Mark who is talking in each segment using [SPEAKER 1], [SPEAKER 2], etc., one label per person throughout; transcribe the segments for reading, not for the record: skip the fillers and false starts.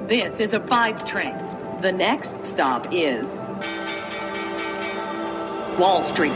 [SPEAKER 1] This is a 5 train. The next stop is Wall Street.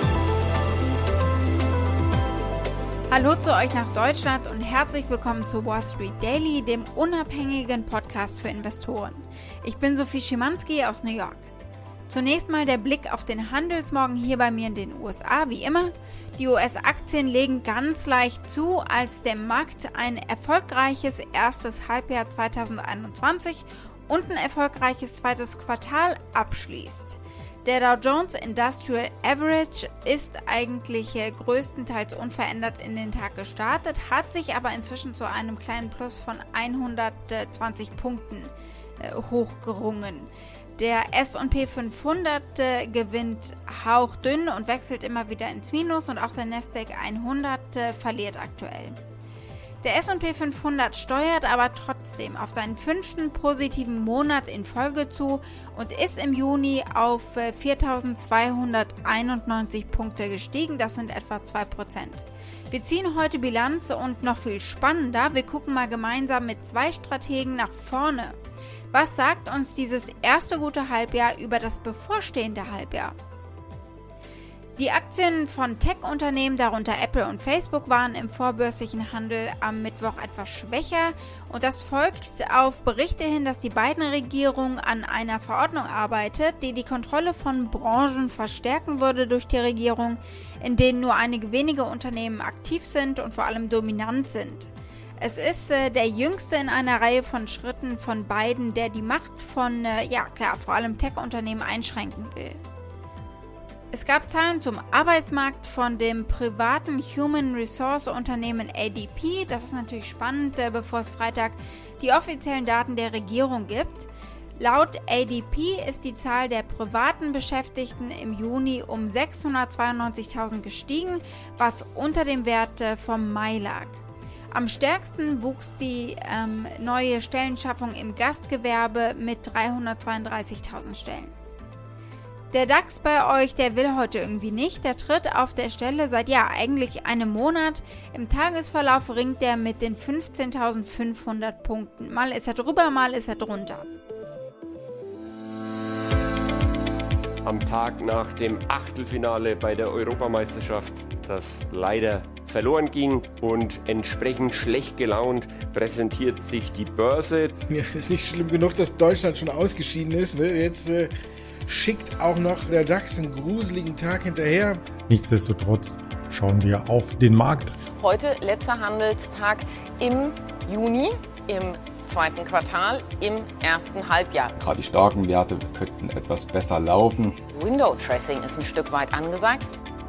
[SPEAKER 2] Hallo zu euch nach Deutschland und herzlich willkommen zu Wall Street Daily, dem unabhängigen Podcast für Investoren. Ich bin Sophie Schimanski aus New York. Zunächst mal der Blick auf den Handelsmorgen hier bei mir in den USA, wie immer. Die US-Aktien legen ganz leicht zu, als der Markt ein erfolgreiches erstes Halbjahr 2021 und ein erfolgreiches zweites Quartal abschließt. Der Dow Jones Industrial Average ist eigentlich größtenteils unverändert in den Tag gestartet, hat sich aber inzwischen zu einem kleinen Plus von 120 Punkten hochgerungen. Der S&P 500 gewinnt hauchdünn und wechselt immer wieder ins Minus und auch der Nasdaq 100 verliert aktuell. Der S&P 500 steuert aber trotzdem auf seinen 5. positiven Monat in Folge zu und ist im Juni auf 4.291 Punkte gestiegen, das sind etwa 2%. Wir ziehen heute Bilanz und noch viel spannender, wir gucken mal gemeinsam mit 2 Strategen nach vorne. Was sagt uns dieses erste gute Halbjahr über das bevorstehende Halbjahr? Die Aktien von Tech-Unternehmen, darunter Apple und Facebook, waren im vorbörslichen Handel am Mittwoch etwas schwächer und das folgt auf Berichte hin, dass die Biden-Regierung an einer Verordnung arbeitet, die die Kontrolle von Branchen verstärken würde durch die Regierung, in denen nur einige wenige Unternehmen aktiv sind und vor allem dominant sind. Es ist der jüngste in einer Reihe von Schritten von Biden, der die Macht von, vor allem Tech-Unternehmen einschränken will. Es gab Zahlen zum Arbeitsmarkt von dem privaten Human Resource Unternehmen ADP. Das ist natürlich spannend, bevor es Freitag die offiziellen Daten der Regierung gibt. Laut ADP ist die Zahl der privaten Beschäftigten im Juni um 692.000 gestiegen, was unter dem Wert vom Mai lag. Am stärksten wuchs die neue Stellenschaffung im Gastgewerbe mit 332.000 Stellen. Der DAX bei euch, der will heute irgendwie nicht. Der tritt auf der Stelle seit eigentlich einem Monat. Im Tagesverlauf ringt er mit den 15.500 Punkten. Mal ist er drüber, mal ist er drunter.
[SPEAKER 3] Am Tag nach dem Achtelfinale bei der Europameisterschaft, das leider verloren ging und entsprechend schlecht gelaunt präsentiert sich die Börse.
[SPEAKER 4] Ja, ist nicht schlimm genug, dass Deutschland schon ausgeschieden ist. Ne? Jetzt schickt auch noch der DAX einen gruseligen Tag hinterher.
[SPEAKER 5] Nichtsdestotrotz schauen wir auf den Markt.
[SPEAKER 6] Heute letzter Handelstag im Juni, im zweiten Quartal, im ersten Halbjahr.
[SPEAKER 7] Gerade die starken Werte könnten etwas besser laufen.
[SPEAKER 6] Window Dressing ist ein Stück weit angesagt.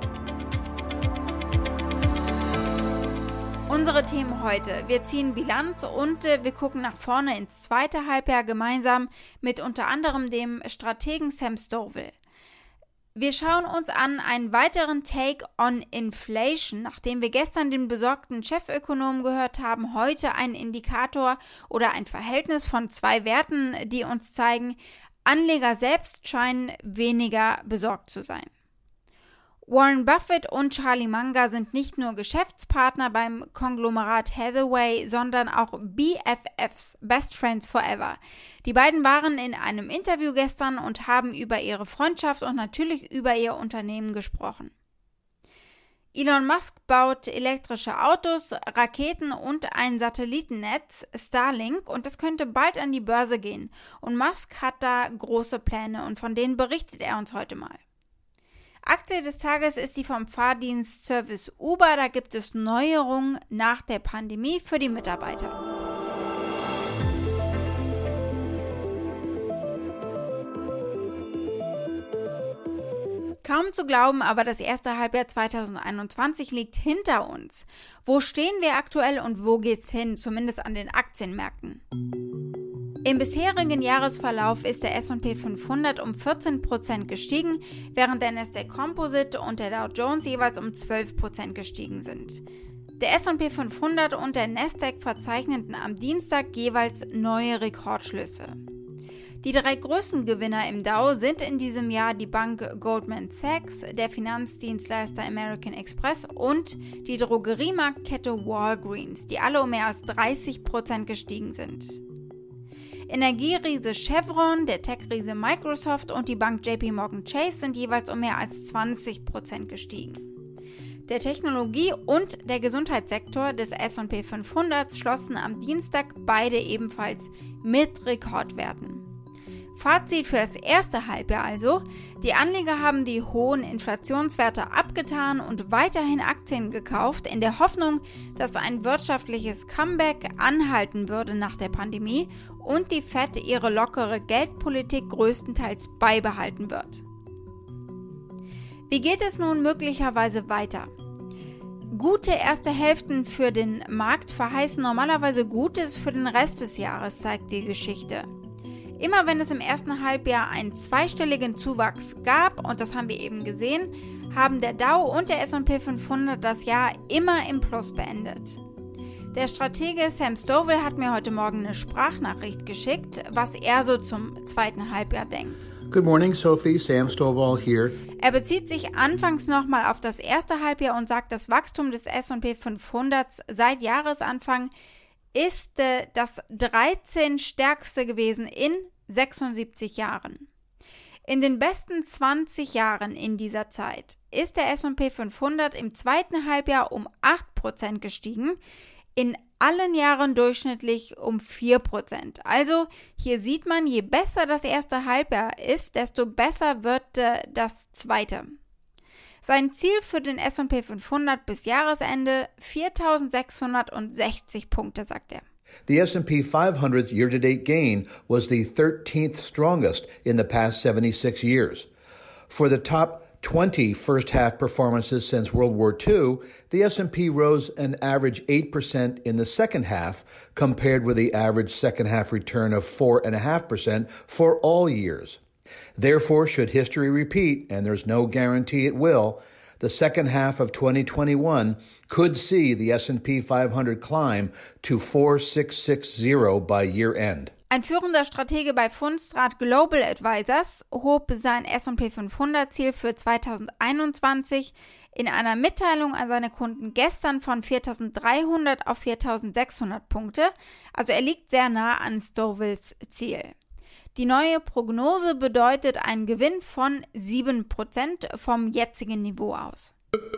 [SPEAKER 2] Unsere Themen heute. Wir ziehen Bilanz und wir gucken nach vorne ins zweite Halbjahr gemeinsam mit unter anderem dem Strategen Sam Stowell. Wir schauen uns an einen weiteren Take on Inflation, nachdem wir gestern den besorgten Chefökonomen gehört haben, heute einen Indikator oder ein Verhältnis von 2 Werten, die uns zeigen, Anleger selbst scheinen weniger besorgt zu sein. Warren Buffett und Charlie Munger sind nicht nur Geschäftspartner beim Konglomerat Hathaway, sondern auch BFFs, Best Friends Forever. Die beiden waren in einem Interview gestern und haben über ihre Freundschaft und natürlich über ihr Unternehmen gesprochen. Elon Musk baut elektrische Autos, Raketen und ein Satellitennetz, Starlink, und das könnte bald an die Börse gehen. Und Musk hat da große Pläne und von denen berichtet er uns heute mal. Aktie des Tages ist die vom Fahrdienstservice Uber. Da gibt es Neuerungen nach der Pandemie für die Mitarbeiter. Kaum zu glauben, aber das erste Halbjahr 2021 liegt hinter uns. Wo stehen wir aktuell und wo geht's hin, zumindest an den Aktienmärkten? Im bisherigen Jahresverlauf ist der S&P 500 um 14% gestiegen, während der Nasdaq Composite und der Dow Jones jeweils um 12% gestiegen sind. Der S&P 500 und der Nasdaq verzeichneten am Dienstag jeweils neue Rekordschlüsse. Die 3 größten Gewinner im Dow sind in diesem Jahr die Bank Goldman Sachs, der Finanzdienstleister American Express und die Drogeriemarktkette Walgreens, die alle um mehr als 30% gestiegen sind. Energieriese Chevron, der Tech-Riese Microsoft und die Bank JP Morgan Chase sind jeweils um mehr als 20% gestiegen. Der Technologie- und der Gesundheitssektor des S&P 500 schlossen am Dienstag beide ebenfalls mit Rekordwerten. Fazit für das erste Halbjahr also: Die Anleger haben die hohen Inflationswerte abgetan und weiterhin Aktien gekauft, in der Hoffnung, dass ein wirtschaftliches Comeback anhalten würde nach der Pandemie und die Fed ihre lockere Geldpolitik größtenteils beibehalten wird. Wie geht es nun möglicherweise weiter? Gute erste Hälften für den Markt verheißen normalerweise Gutes für den Rest des Jahres, zeigt die Geschichte. Immer wenn es im ersten Halbjahr einen zweistelligen Zuwachs gab, und das haben wir eben gesehen, haben der Dow und der S&P 500 das Jahr immer im Plus beendet. Der Stratege Sam Stovall hat mir heute Morgen eine Sprachnachricht geschickt, was er so zum zweiten Halbjahr denkt.
[SPEAKER 8] Good morning, Sophie. Sam Stovall here.
[SPEAKER 2] Er bezieht sich anfangs nochmal auf das erste Halbjahr und sagt, das Wachstum des S&P 500 seit Jahresanfang ist das 13 stärkste gewesen in 76 Jahren. In den besten 20 Jahren in dieser Zeit ist der S&P 500 im zweiten Halbjahr um 8% gestiegen, in allen Jahren durchschnittlich um 4%. Also hier sieht man, je besser das erste Halbjahr ist, desto besser wird das zweite. Sein Ziel für den S&P 500 bis Jahresende 4.660 Punkte, sagt er.
[SPEAKER 8] The S&P 500's year-to-date gain was the 13th strongest in the past 76 years. For the top 20 first-half performances since World War II, the S&P rose an average 8% in the second half, compared with the average second-half return of 4.5% for all years. Therefore, should history repeat, and there's no guarantee it will, the second half of 2021 could see the S&P 500 climb to 4,660 by year end.
[SPEAKER 2] Ein führender Stratege bei Fundstrat Global Advisors hob sein S&P 500 Ziel für 2021 in einer Mitteilung an seine Kunden gestern von 4.300 auf 4.600 Punkte. Also er liegt sehr nah an Stovalls Ziel. Die neue Prognose bedeutet einen Gewinn von 7% vom jetzigen Niveau aus.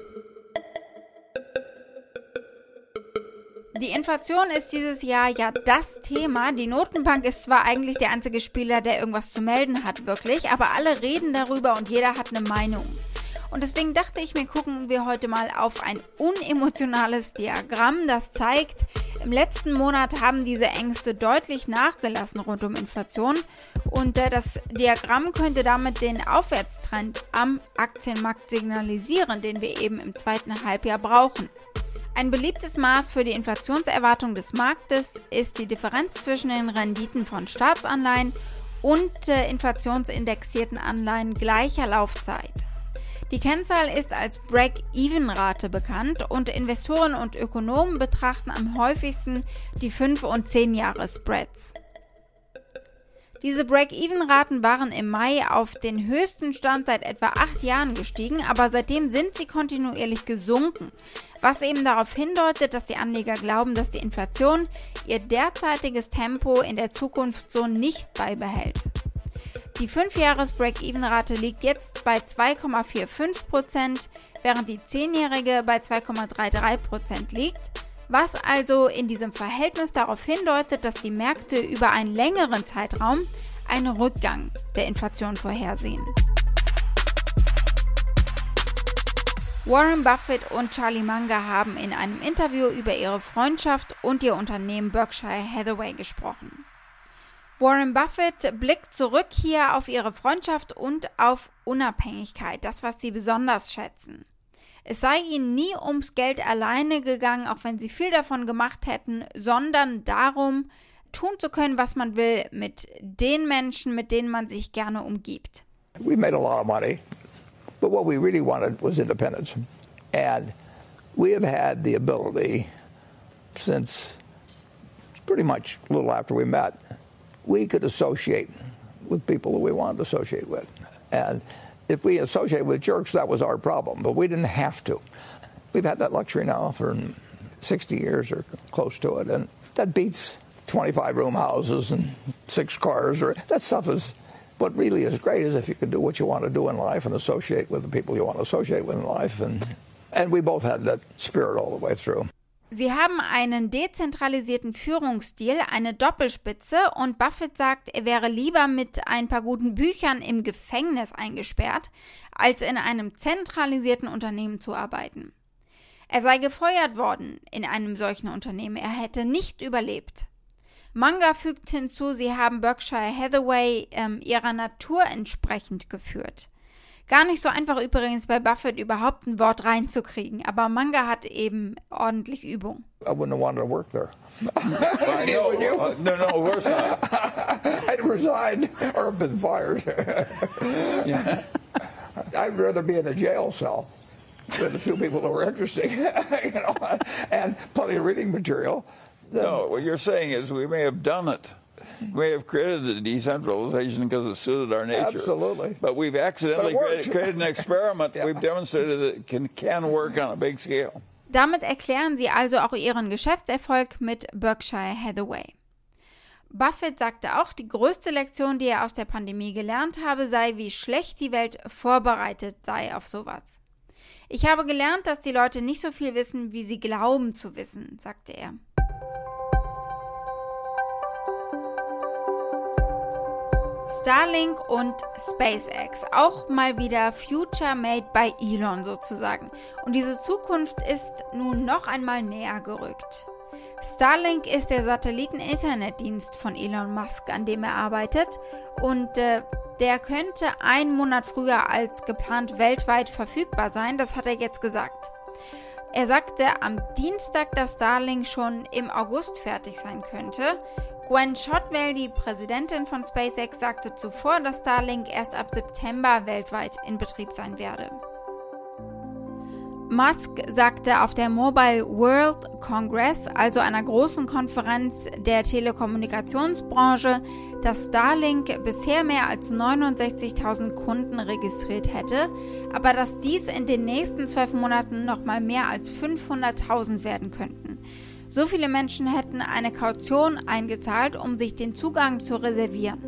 [SPEAKER 2] Die Inflation ist dieses Jahr ja das Thema. Die Notenbank ist zwar eigentlich der einzige Spieler, der irgendwas zu melden hat, wirklich, aber alle reden darüber und jeder hat eine Meinung. Und deswegen dachte ich mir, gucken wir heute mal auf ein unemotionales Diagramm, das zeigt, im letzten Monat haben diese Ängste deutlich nachgelassen rund um Inflation und das Diagramm könnte damit den Aufwärtstrend am Aktienmarkt signalisieren, den wir eben im zweiten Halbjahr brauchen. Ein beliebtes Maß für die Inflationserwartung des Marktes ist die Differenz zwischen den Renditen von Staatsanleihen und inflationsindexierten Anleihen gleicher Laufzeit. Die Kennzahl ist als Break-Even-Rate bekannt und Investoren und Ökonomen betrachten am häufigsten die 5- und 10-Jahres-Spreads. Diese Break-Even-Raten waren im Mai auf den höchsten Stand seit etwa 8 Jahren gestiegen, aber seitdem sind sie kontinuierlich gesunken, was eben darauf hindeutet, dass die Anleger glauben, dass die Inflation ihr derzeitiges Tempo in der Zukunft so nicht beibehält. Die 5-Jahres-Break-Even-Rate liegt jetzt bei 2,45%, während die 10-jährige bei 2,33% liegt, was also in diesem Verhältnis darauf hindeutet, dass die Märkte über einen längeren Zeitraum einen Rückgang der Inflation vorhersehen. Warren Buffett und Charlie Munger haben in einem Interview über ihre Freundschaft und ihr Unternehmen Berkshire Hathaway gesprochen. Warren Buffett blickt zurück hier auf ihre Freundschaft und auf Unabhängigkeit, das, was sie besonders schätzen. Es sei ihnen nie ums Geld alleine gegangen, auch wenn sie viel davon gemacht hätten, sondern darum, tun zu können, was man will mit den Menschen, mit denen man sich gerne umgibt.
[SPEAKER 9] We made a lot of money, but what we really wanted was independence. And we have had the ability since pretty much a little after we met, we could associate with people that we wanted to associate with. And if we associated with jerks, that was our problem, but we didn't have to. We've had that luxury now for 60 years or close to it, and that beats 25-room houses and 6 cars. Or that stuff is, what really is great is if you can do what you want to do in life and associate with the people you want to associate with in life. And we both had that spirit all the way through.
[SPEAKER 2] Sie haben einen dezentralisierten Führungsstil, eine Doppelspitze, und Buffett sagt, er wäre lieber mit ein paar guten Büchern im Gefängnis eingesperrt, als in einem zentralisierten Unternehmen zu arbeiten. Er sei gefeuert worden in einem solchen Unternehmen, er hätte nicht überlebt. Munger fügt hinzu, sie haben Berkshire Hathaway ihrer Natur entsprechend geführt. Gar nicht so einfach übrigens bei Buffett überhaupt ein Wort reinzukriegen, aber Munger hat eben ordentlich Übung.
[SPEAKER 9] I wouldn't have wanted to work there.
[SPEAKER 10] No, of course not.
[SPEAKER 9] I'd resigned or have been fired.
[SPEAKER 10] Yeah.
[SPEAKER 9] I'd rather be in a jail cell with a few people that were interesting, and plenty of reading material.
[SPEAKER 10] No, what you're saying is we may have done it. We have created the decentralization because it suited our nature.
[SPEAKER 9] Absolutely.
[SPEAKER 10] But we've accidentally created an experiment. Yeah. We've demonstrated that it can work on a big scale.
[SPEAKER 2] Damit erklären sie also auch ihren Geschäftserfolg mit Berkshire Hathaway. Buffett sagte auch, die größte Lektion, die er aus der Pandemie gelernt habe, sei, wie schlecht die Welt vorbereitet sei auf sowas. Ich habe gelernt, dass die Leute nicht so viel wissen, wie sie glauben zu wissen, sagte er. Starlink und SpaceX, auch mal wieder Future Made by Elon sozusagen. Und diese Zukunft ist nun noch einmal näher gerückt. Starlink ist der Satelliten-Internetdienst von Elon Musk, an dem er arbeitet. Und der könnte einen Monat früher als geplant weltweit verfügbar sein, das hat er jetzt gesagt. Er sagte am Dienstag, dass Starlink schon im August fertig sein könnte. Gwen Shotwell, die Präsidentin von SpaceX, sagte zuvor, dass Starlink erst ab September weltweit in Betrieb sein werde. Musk sagte auf der Mobile World Congress, also einer großen Konferenz der Telekommunikationsbranche, dass Starlink bisher mehr als 69.000 Kunden registriert hätte, aber dass dies in den nächsten 12 Monaten nochmal mehr als 500.000 werden könnten. So viele Menschen hätten eine Kaution eingezahlt, um sich den Zugang zu reservieren.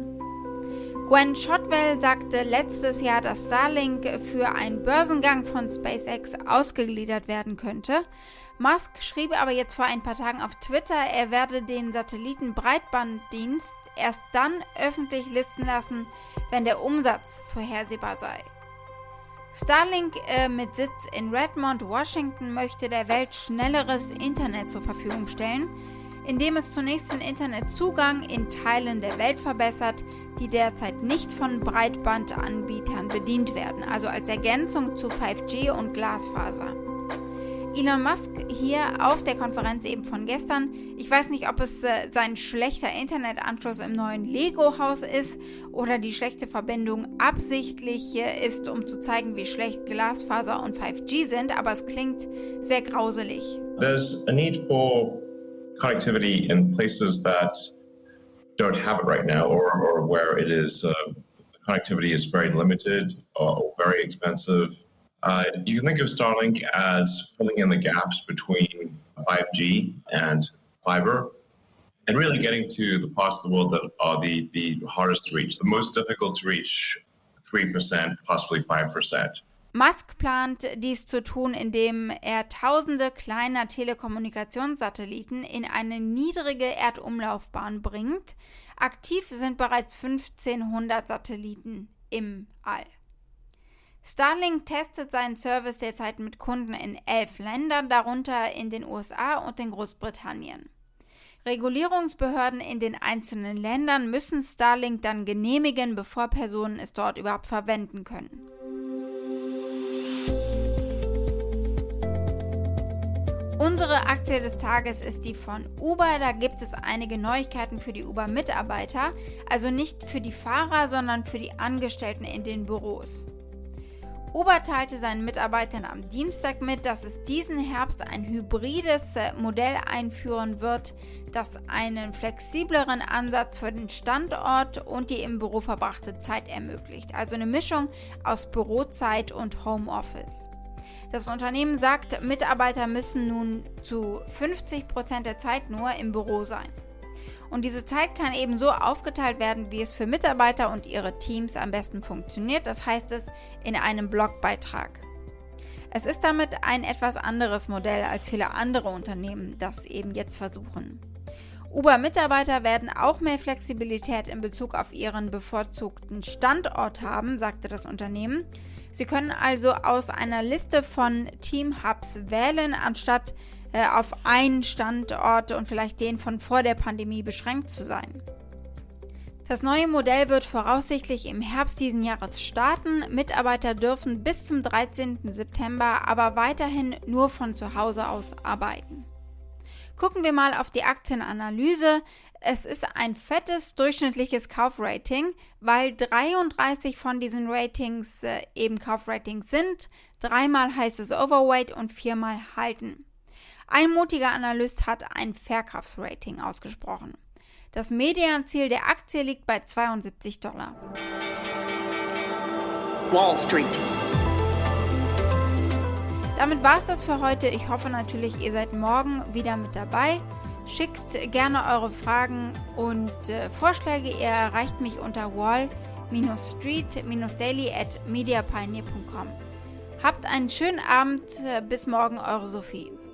[SPEAKER 2] Gwen Shotwell sagte letztes Jahr, dass Starlink für einen Börsengang von SpaceX ausgegliedert werden könnte. Musk schrieb aber jetzt vor ein paar Tagen auf Twitter, er werde den Satellitenbreitbanddienst erst dann öffentlich listen lassen, wenn der Umsatz vorhersehbar sei. Starlink mit Sitz in Redmond, Washington, möchte der Welt schnelleres Internet zur Verfügung stellen, indem es zunächst den Internetzugang in Teilen der Welt verbessert, die derzeit nicht von Breitbandanbietern bedient werden, also als Ergänzung zu 5G und Glasfaser. Elon Musk hier auf der Konferenz eben von gestern. Ich weiß nicht, ob es sein schlechter Internetanschluss im neuen Lego-Haus ist oder die schlechte Verbindung absichtlich ist, um zu zeigen, wie schlecht Glasfaser und 5G sind, aber es klingt sehr grauselig.
[SPEAKER 11] There's a need for connectivity in places that don't have it right now or where it is connectivity is very limited or very expensive. You can think of Starlink as filling in the gaps between 5G and fiber and really getting to the parts of the world that are the hardest to reach, the most difficult to reach, 3%, possibly 5%.
[SPEAKER 2] Musk plant dies zu tun, indem er tausende kleiner Telekommunikationssatelliten in eine niedrige Erdumlaufbahn bringt. Aktiv sind bereits 1500 Satelliten im All. Starlink testet seinen Service derzeit mit Kunden in 11 Ländern, darunter in den USA und in Großbritannien. Regulierungsbehörden in den einzelnen Ländern müssen Starlink dann genehmigen, bevor Personen es dort überhaupt verwenden können. Unsere Aktie des Tages ist die von Uber. Da gibt es einige Neuigkeiten für die Uber-Mitarbeiter, also nicht für die Fahrer, sondern für die Angestellten in den Büros. Uber teilte seinen Mitarbeitern am Dienstag mit, dass es diesen Herbst ein hybrides Modell einführen wird, das einen flexibleren Ansatz für den Standort und die im Büro verbrachte Zeit ermöglicht. Also eine Mischung aus Bürozeit und Homeoffice. Das Unternehmen sagt, Mitarbeiter müssen nun zu 50% der Zeit nur im Büro sein. Und diese Zeit kann eben so aufgeteilt werden, wie es für Mitarbeiter und ihre Teams am besten funktioniert. Das heißt es in einem Blogbeitrag. Es ist damit ein etwas anderes Modell als viele andere Unternehmen das eben jetzt versuchen. Uber-Mitarbeiter werden auch mehr Flexibilität in Bezug auf ihren bevorzugten Standort haben, sagte das Unternehmen. Sie können also aus einer Liste von Team-Hubs wählen, anstatt auf einen Standort und vielleicht den von vor der Pandemie beschränkt zu sein. Das neue Modell wird voraussichtlich im Herbst diesen Jahres starten. Mitarbeiter dürfen bis zum 13. September aber weiterhin nur von zu Hause aus arbeiten. Gucken wir mal auf die Aktienanalyse. Es ist ein fettes durchschnittliches Kaufrating, weil 33 von diesen Ratings eben Kaufratings sind. 3-mal heißt es Overweight und 4-mal Halten. Ein mutiger Analyst hat ein Verkaufsrating ausgesprochen. Das Medianziel der Aktie liegt bei $72.
[SPEAKER 1] Wall Street.
[SPEAKER 2] Damit war es das für heute. Ich hoffe natürlich, ihr seid morgen wieder mit dabei. Schickt gerne eure Fragen und Vorschläge. Ihr erreicht mich unter wall-street-daily@mediapioneer.com. Habt einen schönen Abend. Bis morgen, eure Sophie.